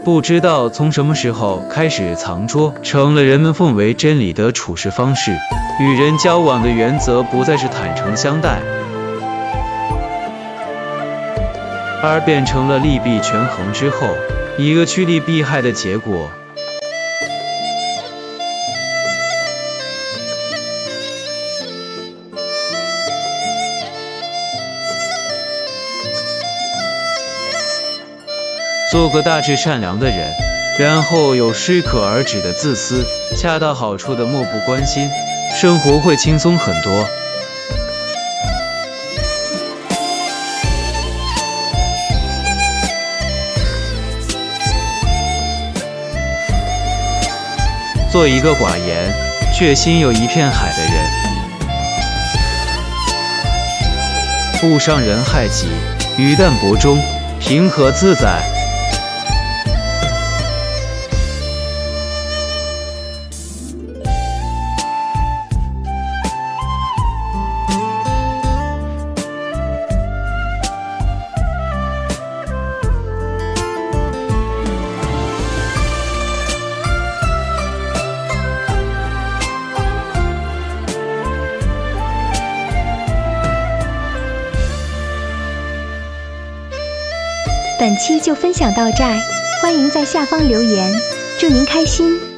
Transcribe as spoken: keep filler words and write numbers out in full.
不知道从什么时候开始，藏拙成了人们奉为真理的处事方式，与人交往的原则不再是坦诚相待，而变成了利弊权衡之后一个趋利避害的结果。做个大致善良的人，然后有适可而止的自私，恰到好处的漠不关心，生活会轻松很多。做一个寡言却心有一片海的人，不伤人害己，于淡泊中平和自在。 本期就分享到这儿，欢迎在下方留言，祝您开心。